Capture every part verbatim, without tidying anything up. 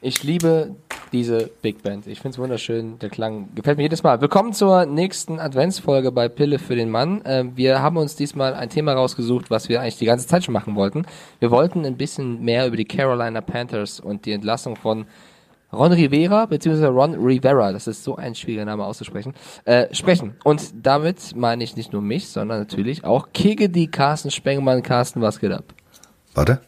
Ich liebe diese Big Band. Ich finde es wunderschön. Der Klang gefällt mir jedes Mal. Willkommen zur nächsten Adventsfolge bei Pille für den Mann. Äh, wir haben uns diesmal ein Thema rausgesucht, was wir eigentlich die ganze Zeit schon machen wollten. Wir wollten ein bisschen mehr über die Carolina Panthers und die Entlassung von Ron Rivera, beziehungsweise Ron Rivera, das ist so ein schwieriger Name auszusprechen, äh, sprechen. Und damit meine ich nicht nur mich, sondern natürlich auch Kegedi, Carsten Spengemann. Carsten, was geht ab? Warte.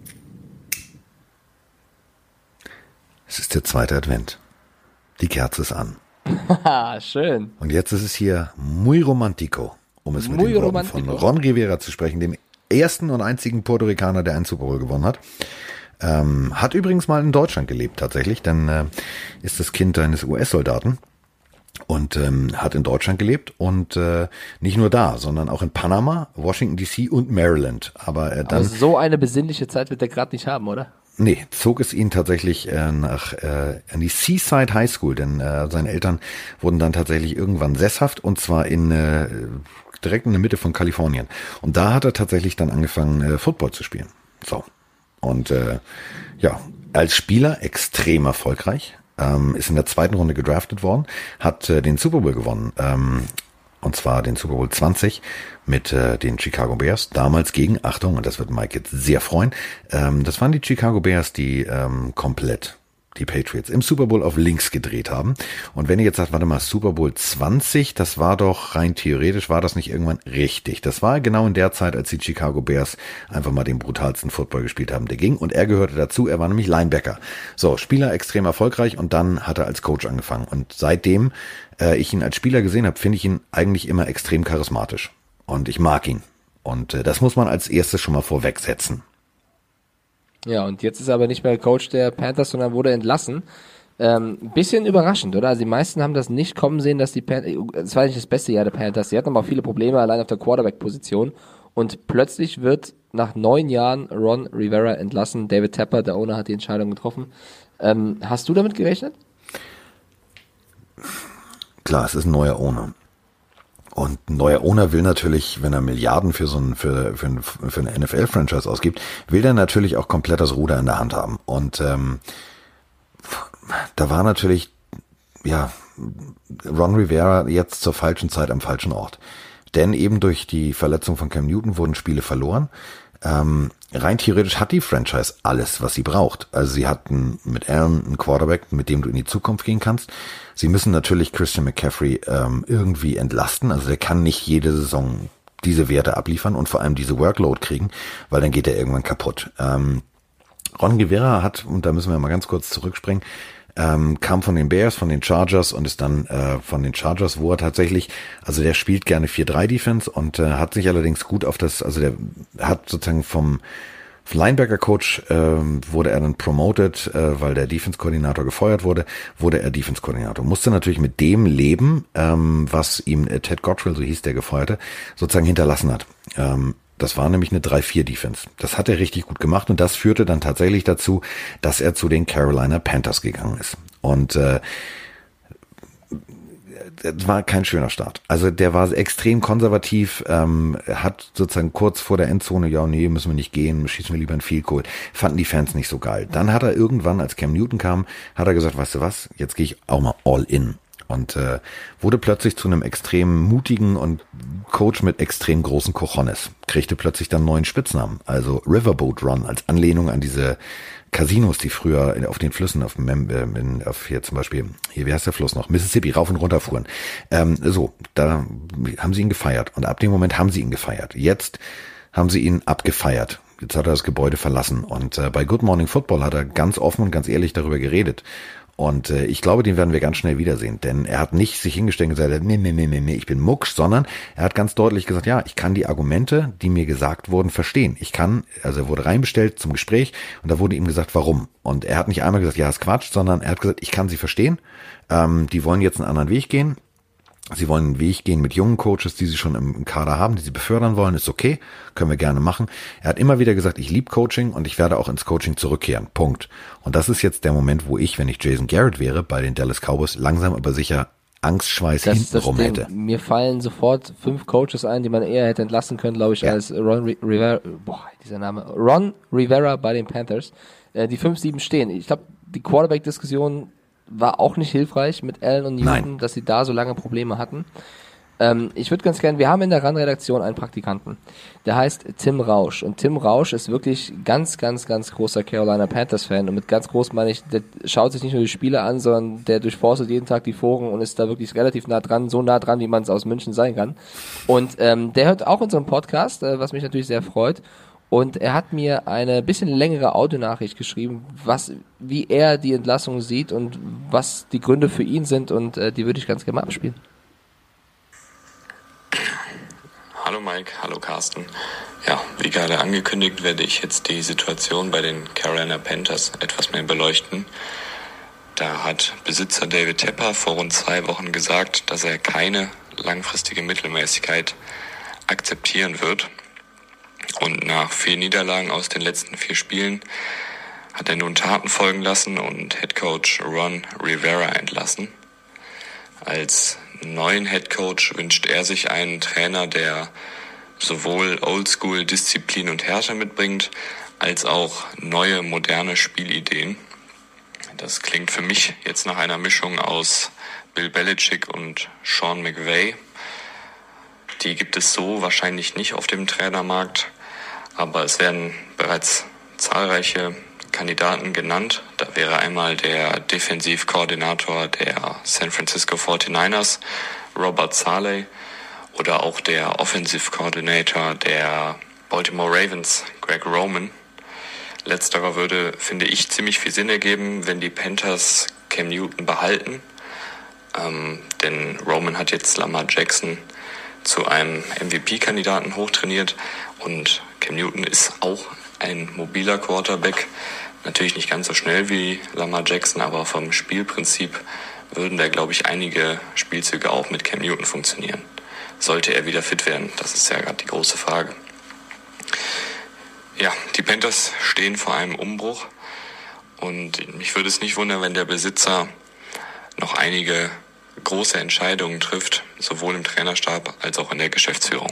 Es ist der zweite Advent. Die Kerze ist an. Haha, schön. Und jetzt ist es hier muy romantico, um es mit Muy den Worten romantico. von Ron Rivera zu sprechen, dem ersten und einzigen Puerto Ricaner, der einen Super Bowl gewonnen hat. Ähm, hat übrigens mal in Deutschland gelebt tatsächlich, denn äh, ist das Kind eines U S-Soldaten und ähm, hat in Deutschland gelebt und äh, nicht nur da, sondern auch in Panama, Washington D C und Maryland. Aber äh, dann Aber so eine besinnliche Zeit wird er gerade nicht haben, oder? Nee, zog es ihn tatsächlich äh, nach äh, an die Seaside High School, denn äh, seine Eltern wurden dann tatsächlich irgendwann sesshaft und zwar in äh, direkt in der Mitte von Kalifornien. Und da hat er tatsächlich dann angefangen, äh, Football zu spielen. So. Und äh, ja, als Spieler extrem erfolgreich, ähm, ist in der zweiten Runde gedraftet worden, hat äh, den Super Bowl gewonnen, ähm, und zwar den Super Bowl zwanzig mit äh, den Chicago Bears, damals gegen, Achtung, und das wird Mike jetzt sehr freuen, ähm, das waren die Chicago Bears, die ähm, komplett die Patriots im Super Bowl auf links gedreht haben. Und wenn ihr jetzt sagt, warte mal, Super Bowl zwanzig, das war doch rein theoretisch, war das nicht irgendwann richtig. Das war genau in der Zeit, als die Chicago Bears einfach mal den brutalsten Football gespielt haben, der ging. Und er gehörte dazu, er war nämlich Linebacker. So, Spieler extrem erfolgreich und dann hat er als Coach angefangen. Und seitdem äh, ich ihn als Spieler gesehen habe, finde ich ihn eigentlich immer extrem charismatisch. Und ich mag ihn. Und äh, das muss man als erstes schon mal vorwegsetzen. Ja, und jetzt ist er aber nicht mehr Coach der Panthers, sondern wurde entlassen. Ähm, ein bisschen überraschend, oder? Also die meisten haben das nicht kommen sehen, dass die Panthers, das war nicht das beste Jahr der Panthers, sie hatten aber auch viele Probleme allein auf der Quarterback-Position und plötzlich wird nach neun Jahren Ron Rivera entlassen. David Tepper, der Owner, hat die Entscheidung getroffen. Ähm, hast du damit gerechnet? Klar, es ist ein neuer Owner. Und ein neuer Owner will natürlich, wenn er Milliarden für so ein, für, für, ein, für eine N F L-Franchise ausgibt, will er natürlich auch komplett das Ruder in der Hand haben. Und ähm, da war natürlich, ja, Ron Rivera jetzt zur falschen Zeit am falschen Ort. Denn eben durch die Verletzung von Cam Newton wurden Spiele verloren. Ähm, rein theoretisch hat die Franchise alles, was sie braucht. Also sie hatten mit Aaron einen Quarterback, mit dem du in die Zukunft gehen kannst. Sie müssen natürlich Christian McCaffrey ähm, irgendwie entlasten. Also der kann nicht jede Saison diese Werte abliefern und vor allem diese Workload kriegen, weil dann geht er irgendwann kaputt. Ähm, Ron Rivera hat, und da müssen wir mal ganz kurz zurückspringen, Ähm, kam von den Bears, von den Chargers und ist dann äh, von den Chargers, wo er tatsächlich, also der spielt gerne vier drei Defense und äh, hat sich allerdings gut auf das, also der hat sozusagen vom Linebacker-Coach ähm, wurde er dann promoted, äh, weil der Defense-Koordinator gefeuert wurde, wurde er Defense-Koordinator. Musste natürlich mit dem leben, ähm, was ihm äh, Ted Gottrell, so hieß der Gefeuerte, sozusagen hinterlassen hat. Ähm, Das war nämlich eine drei vier Defense. Das hat er richtig gut gemacht und das führte dann tatsächlich dazu, dass er zu den Carolina Panthers gegangen ist. Und äh, das war kein schöner Start. Also der war extrem konservativ, ähm, hat sozusagen kurz vor der Endzone, ja nee, müssen wir nicht gehen, schießen wir lieber ein Field Goal. Fanden die Fans nicht so geil. Dann hat er irgendwann, als Cam Newton kam, hat er gesagt, weißt du was, jetzt gehe ich auch mal all in. Und äh, wurde plötzlich zu einem extrem mutigen und Coach mit extrem großen Cojones. Kriegte plötzlich dann einen neuen Spitznamen. Also Riverboat Ron als Anlehnung an diese Casinos, die früher auf den Flüssen, auf, Mem- äh, auf hier zum Beispiel, hier, wie heißt der Fluss noch? Mississippi, rauf und runter fuhren. Ähm, so, da haben sie ihn gefeiert. Und ab dem Moment haben sie ihn gefeiert. Jetzt haben sie ihn abgefeiert. Jetzt hat er das Gebäude verlassen. Und äh, bei Good Morning Football hat er ganz offen und ganz ehrlich darüber geredet. Und äh, ich glaube, den werden wir ganz schnell wiedersehen, denn er hat nicht sich hingestellt und gesagt, nee, nee, nee, nee, nee, ich bin mucksch, sondern er hat ganz deutlich gesagt, ja, ich kann die Argumente, die mir gesagt wurden, verstehen. Ich kann, also er wurde reinbestellt zum Gespräch und da wurde ihm gesagt, warum. Und er hat nicht einmal gesagt, ja, ist Quatsch, sondern er hat gesagt, ich kann sie verstehen, ähm, die wollen jetzt einen anderen Weg gehen. Sie wollen einen Weg gehen mit jungen Coaches, die sie schon im Kader haben, die sie befördern wollen, ist okay, können wir gerne machen. Er hat immer wieder gesagt, ich liebe Coaching und ich werde auch ins Coaching zurückkehren, Punkt. Und das ist jetzt der Moment, wo ich, wenn ich Jason Garrett wäre, bei den Dallas Cowboys langsam aber sicher Angstschweiß das, hintenrum das hätte. Mir fallen sofort fünf Coaches ein, die man eher hätte entlassen können, glaube ich, ja. als Ron Rivera, boah, dieser Name, Ron Rivera bei den Panthers. Äh, die fünf sieben stehen. Ich glaube, die Quarterback-Diskussion war auch nicht hilfreich mit Allen und Newton, Nein. dass sie da so lange Probleme hatten. Ähm, ich würde ganz gerne, wir haben in der RAN-Redaktion einen Praktikanten, der heißt Tim Rausch. Und Tim Rausch ist wirklich ganz, ganz, ganz großer Carolina Panthers-Fan. Und mit ganz groß meine ich, der schaut sich nicht nur die Spiele an, sondern der durchforstet jeden Tag die Foren und ist da wirklich relativ nah dran, so nah dran, wie man es aus München sein kann. Und ähm, der hört auch unseren Podcast, äh, was mich natürlich sehr freut. Und er hat mir eine bisschen längere Audionachricht geschrieben, was, wie er die Entlassung sieht und was die Gründe für ihn sind. Und äh, die würde ich ganz gerne mal abspielen. Hallo Mike, hallo Carsten. Ja, wie gerade angekündigt, werde ich jetzt die Situation bei den Carolina Panthers etwas mehr beleuchten. Da hat Besitzer David Tepper vor rund zwei Wochen gesagt, dass er keine langfristige Mittelmäßigkeit akzeptieren wird. Und nach vier Niederlagen aus den letzten vier Spielen hat er nun Taten folgen lassen und Headcoach Ron Rivera entlassen. Als neuen Headcoach wünscht er sich einen Trainer, der sowohl Oldschool, Disziplin und Härte mitbringt, als auch neue, moderne Spielideen. Das klingt für mich jetzt nach einer Mischung aus Bill Belichick und Sean McVay. Die gibt es so wahrscheinlich nicht auf dem Trainermarkt, aber es werden bereits zahlreiche Kandidaten genannt. Da wäre einmal der Defensivkoordinator der San Francisco forty-niners, Robert Saleh, oder auch der Offensive Coordinator der Baltimore Ravens, Greg Roman. Letzterer würde, finde ich, ziemlich viel Sinn ergeben, wenn die Panthers Cam Newton behalten. Ähm, denn Roman hat jetzt Lamar Jackson zu einem M V P-Kandidaten hochtrainiert und Cam Newton ist auch ein mobiler Quarterback, natürlich nicht ganz so schnell wie Lamar Jackson, aber vom Spielprinzip würden da, glaube ich, einige Spielzüge auch mit Cam Newton funktionieren. Sollte er wieder fit werden, das ist ja gerade die große Frage. Ja, die Panthers stehen vor einem Umbruch und mich würde es nicht wundern, wenn der Besitzer noch einige große Entscheidungen trifft, sowohl im Trainerstab als auch in der Geschäftsführung.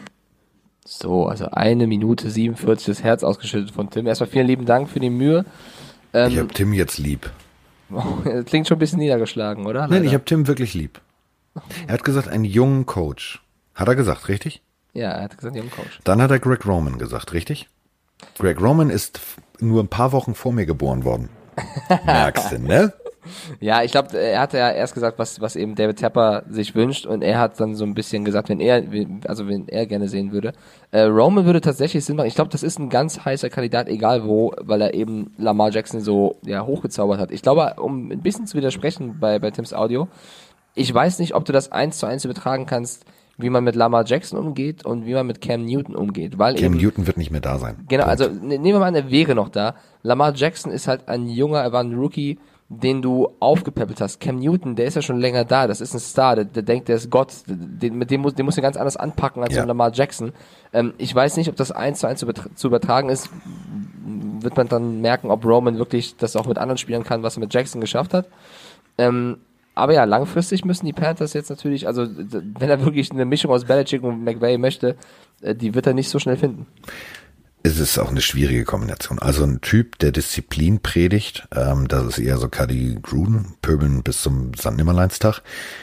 So, also eine Minute siebenundvierzig, das Herz ausgeschüttet von Tim. Erstmal vielen lieben Dank für die Mühe. Ähm, ich habe Tim jetzt lieb. Das klingt schon ein bisschen niedergeschlagen, oder? Nein, Leider. Ich habe Tim wirklich lieb. Er hat gesagt, einen jungen Coach. Hat er gesagt, richtig? Ja, er hat gesagt, einen jungen Coach. Dann hat er Greg Roman gesagt, richtig? Greg Roman ist nur ein paar Wochen vor mir geboren worden. Merkst du, ne? Ja, ich glaube, er hatte ja erst gesagt, was was eben David Tepper sich wünscht und er hat dann so ein bisschen gesagt, wenn er, also wenn er gerne sehen würde. Äh, Roman würde tatsächlich Sinn machen. Ich glaube, das ist ein ganz heißer Kandidat, egal wo, weil er eben Lamar Jackson so ja hochgezaubert hat. Ich glaube, um ein bisschen zu widersprechen bei bei Tims Audio, ich weiß nicht, ob du das eins zu eins übertragen kannst, wie man mit Lamar Jackson umgeht und wie man mit Cam Newton umgeht. Weil Cam eben, Newton wird nicht mehr da sein. Genau, Punkt. Also ne, nehmen wir mal an, er wäre noch da. Lamar Jackson ist halt ein junger, er war ein Rookie, den du aufgepäppelt hast. Cam Newton, der ist ja schon länger da, das ist ein Star, der, der denkt, der ist Gott, den, mit dem muss, den muss er ganz anders anpacken als ja. so Lamar Jackson. Ähm, ich weiß nicht, ob das eins zu eins zu, übertra- zu übertragen ist, wird man dann merken, ob Roman wirklich das auch mit anderen Spielern kann, was er mit Jackson geschafft hat. Ähm, aber ja, langfristig müssen die Panthers jetzt natürlich, also wenn er wirklich eine Mischung aus Belichick und McVay möchte, äh, die wird er nicht so schnell finden. Es ist auch eine schwierige Kombination. Also ein Typ, der Disziplin predigt, ähm, das ist eher so Cuddy Gruden, Pöbeln bis zum Sankt Nimmerleinstag.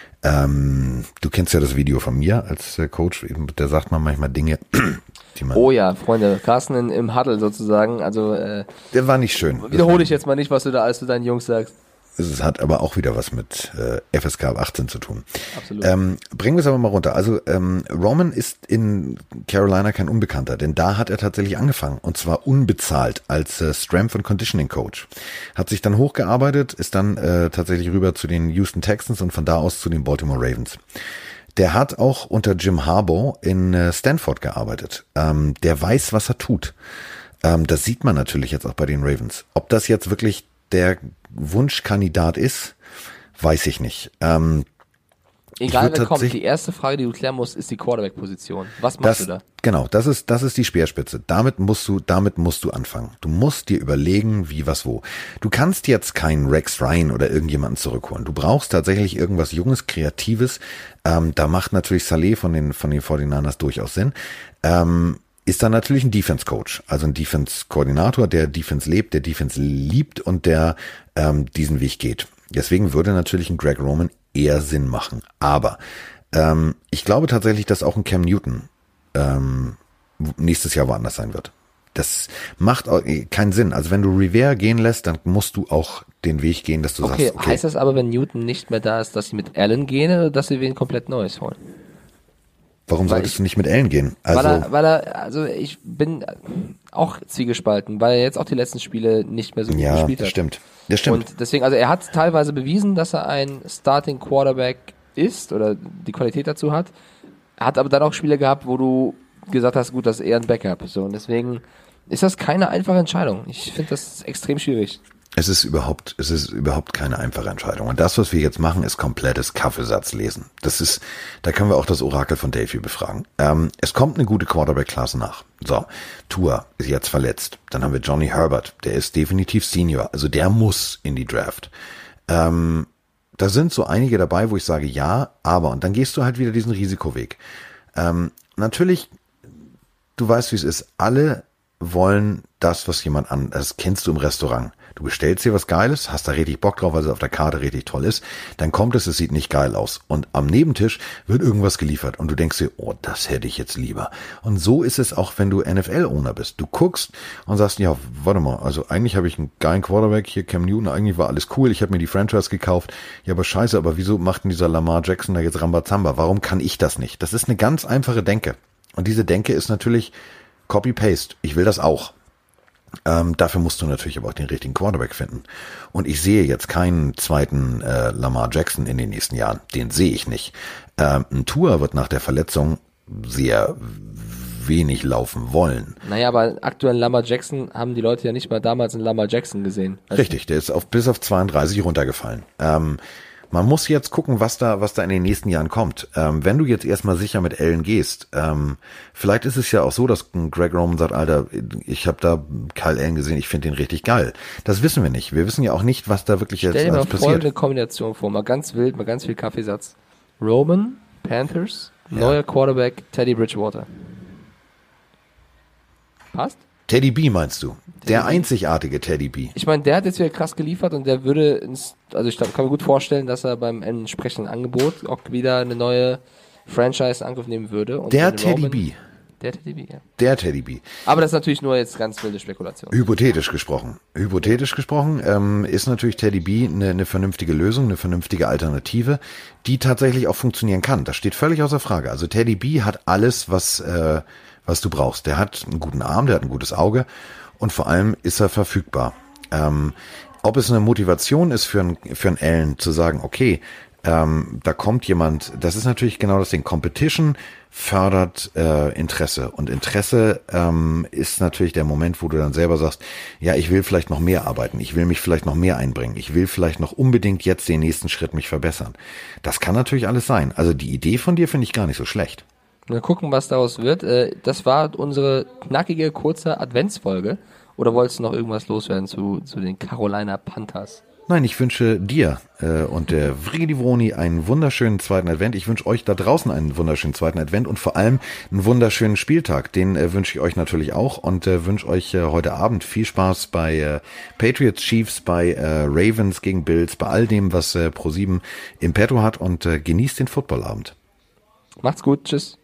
Ähm, du kennst ja das Video von mir als äh, Coach, der sagt man manchmal Dinge, die man... Oh ja, Freunde, Carsten in, im Huddle sozusagen, also... Äh, der war nicht schön. Wiederhole ich jetzt mal nicht, was du da alles zu deinen Jungs sagst. Es hat aber auch wieder was mit äh, F S K achtzehn zu tun. Absolut. Ähm, bringen wir es aber mal runter. Also ähm, Roman ist in Carolina kein Unbekannter, denn da hat er tatsächlich angefangen und zwar unbezahlt als äh, Strength and Conditioning Coach. Hat sich dann hochgearbeitet, ist dann äh, tatsächlich rüber zu den Houston Texans und von da aus zu den Baltimore Ravens. Der hat auch unter Jim Harbaugh in äh, Stanford gearbeitet. Ähm, der weiß, was er tut. Ähm, das sieht man natürlich jetzt auch bei den Ravens. Ob das jetzt wirklich der Wunschkandidat ist, weiß ich nicht. Ähm, Egal wer kommt, die erste Frage, die du klären musst, ist die Quarterback-Position. Was machst das, du da? Genau, das ist das ist die Speerspitze. Damit musst du damit musst du anfangen. Du musst dir überlegen, wie, was, wo. Du kannst jetzt keinen Rex Ryan oder irgendjemanden zurückholen. Du brauchst tatsächlich irgendwas Junges, Kreatives. Ähm, da macht natürlich Saleh von den von den forty-niners durchaus Sinn. Ähm, ist dann natürlich ein Defense-Coach, also ein Defense-Koordinator, der Defense lebt, der Defense liebt und der ähm, diesen Weg geht. Deswegen würde natürlich ein Greg Roman eher Sinn machen. Aber ähm, ich glaube tatsächlich, dass auch ein Cam Newton ähm, nächstes Jahr woanders sein wird. Das macht auch keinen Sinn. Also wenn du Rivera gehen lässt, dann musst du auch den Weg gehen, dass du okay, sagst, okay. Heißt das aber, wenn Newton nicht mehr da ist, dass sie mit Allen gehen oder dass sie wen komplett Neues holen? Warum weil solltest ich, du nicht mit Allen gehen? Also weil er, weil er, also ich bin auch zwiegespalten, weil er jetzt auch die letzten Spiele nicht mehr so gut ja, gespielt hat. Das stimmt. Das stimmt. Und deswegen, also er hat teilweise bewiesen, dass er ein Starting Quarterback ist oder die Qualität dazu hat. Er hat aber dann auch Spiele gehabt, wo du gesagt hast, gut, das ist eher ein Backup. So, und deswegen ist das keine einfache Entscheidung. Ich finde das extrem schwierig. Es ist überhaupt, es ist überhaupt keine einfache Entscheidung. Und das, was wir jetzt machen, ist komplettes Kaffeesatzlesen. Das ist, da können wir auch das Orakel von Delphi befragen. Ähm, es kommt eine gute Quarterback-Klasse nach. So, Tua ist jetzt verletzt. Dann haben wir Johnny Herbert. Der ist definitiv Senior. Also der muss in die Draft. Ähm, da sind so einige dabei, wo ich sage, ja, aber. Und dann gehst du halt wieder diesen Risikoweg. Ähm, natürlich, du weißt, wie es ist. Alle wollen das, was jemand an, das kennst du im Restaurant. Du bestellst dir was Geiles, hast da richtig Bock drauf, weil es auf der Karte richtig toll ist, dann kommt es, es sieht nicht geil aus. Und am Nebentisch wird irgendwas geliefert und du denkst dir, oh, das hätte ich jetzt lieber. Und so ist es auch, wenn du N F L-Owner bist. Du guckst und sagst, ja, warte mal, also eigentlich habe ich einen geilen Quarterback hier, Cam Newton, eigentlich war alles cool, ich habe mir die Franchise gekauft. Ja, aber scheiße, aber wieso macht denn dieser Lamar Jackson da jetzt Rambazamba? Warum kann ich das nicht? Das ist eine ganz einfache Denke. Und diese Denke ist natürlich Copy-Paste. Ich will das auch. Ähm, dafür musst du natürlich aber auch den richtigen Quarterback finden. Und ich sehe jetzt keinen zweiten äh, Lamar Jackson in den nächsten Jahren. Den sehe ich nicht. Ähm, ein Tua wird nach der Verletzung sehr wenig laufen wollen. Naja, aber aktuell Lamar Jackson haben die Leute ja nicht mal damals einen Lamar Jackson gesehen. Also richtig, der ist auf bis auf zweiunddreißig runtergefallen. Ähm, Man muss jetzt gucken, was da, was da in den nächsten Jahren kommt. Ähm, wenn du jetzt erstmal sicher mit Allen gehst, ähm, vielleicht ist es ja auch so, dass Greg Roman sagt, Alter, ich habe da Kyle Allen gesehen, ich finde den richtig geil. Das wissen wir nicht. Wir wissen ja auch nicht, was da wirklich jetzt Stell dir mal passiert. folgende Kombination vor, mal ganz wild, mal ganz viel Kaffeesatz. Roman, Panthers, Ja. neuer Quarterback, Teddy Bridgewater. Passt? Teddy B meinst du? Der einzigartige Teddy B. Ich meine, der hat jetzt wieder krass geliefert und der würde, ins, also ich glaub, kann mir gut vorstellen, dass er beim entsprechenden Angebot auch wieder eine neue Franchise in Angriff nehmen würde. Und Der wenn Teddy Roman, B. Der Teddy B, ja. Der Teddy B. Aber das ist natürlich nur jetzt ganz wilde Spekulation. Hypothetisch gesprochen. Hypothetisch gesprochen ähm, ist natürlich Teddy B eine, eine vernünftige Lösung, eine vernünftige Alternative, die tatsächlich auch funktionieren kann. Das steht völlig außer Frage. Also Teddy B hat alles, was äh, was du brauchst. Der hat einen guten Arm, der hat ein gutes Auge und vor allem ist er verfügbar. Ähm, ob es eine Motivation ist für einen für einen Allen zu sagen, okay, ähm, da kommt jemand, das ist natürlich genau das Ding. Competition fördert äh, Interesse und Interesse ähm, ist natürlich der Moment, wo du dann selber sagst, ja, ich will vielleicht noch mehr arbeiten, ich will mich vielleicht noch mehr einbringen, ich will vielleicht noch unbedingt jetzt den nächsten Schritt mich verbessern. Das kann natürlich alles sein. Also die Idee von dir finde ich gar nicht so schlecht. Mal gucken, was daraus wird. Das war unsere knackige, kurze Adventsfolge. Oder wolltest du noch irgendwas loswerden zu, zu den Carolina Panthers? Nein, ich wünsche dir äh, und der Vrigidivroni einen wunderschönen zweiten Advent. Ich wünsche euch da draußen einen wunderschönen zweiten Advent und vor allem einen wunderschönen Spieltag. Den äh, wünsche ich euch natürlich auch und äh, wünsche euch äh, heute Abend viel Spaß bei äh, Patriots, Chiefs, bei äh, Ravens gegen Bills, bei all dem, was äh, ProSieben im Petto hat und äh, genießt den Footballabend. Macht's gut, tschüss.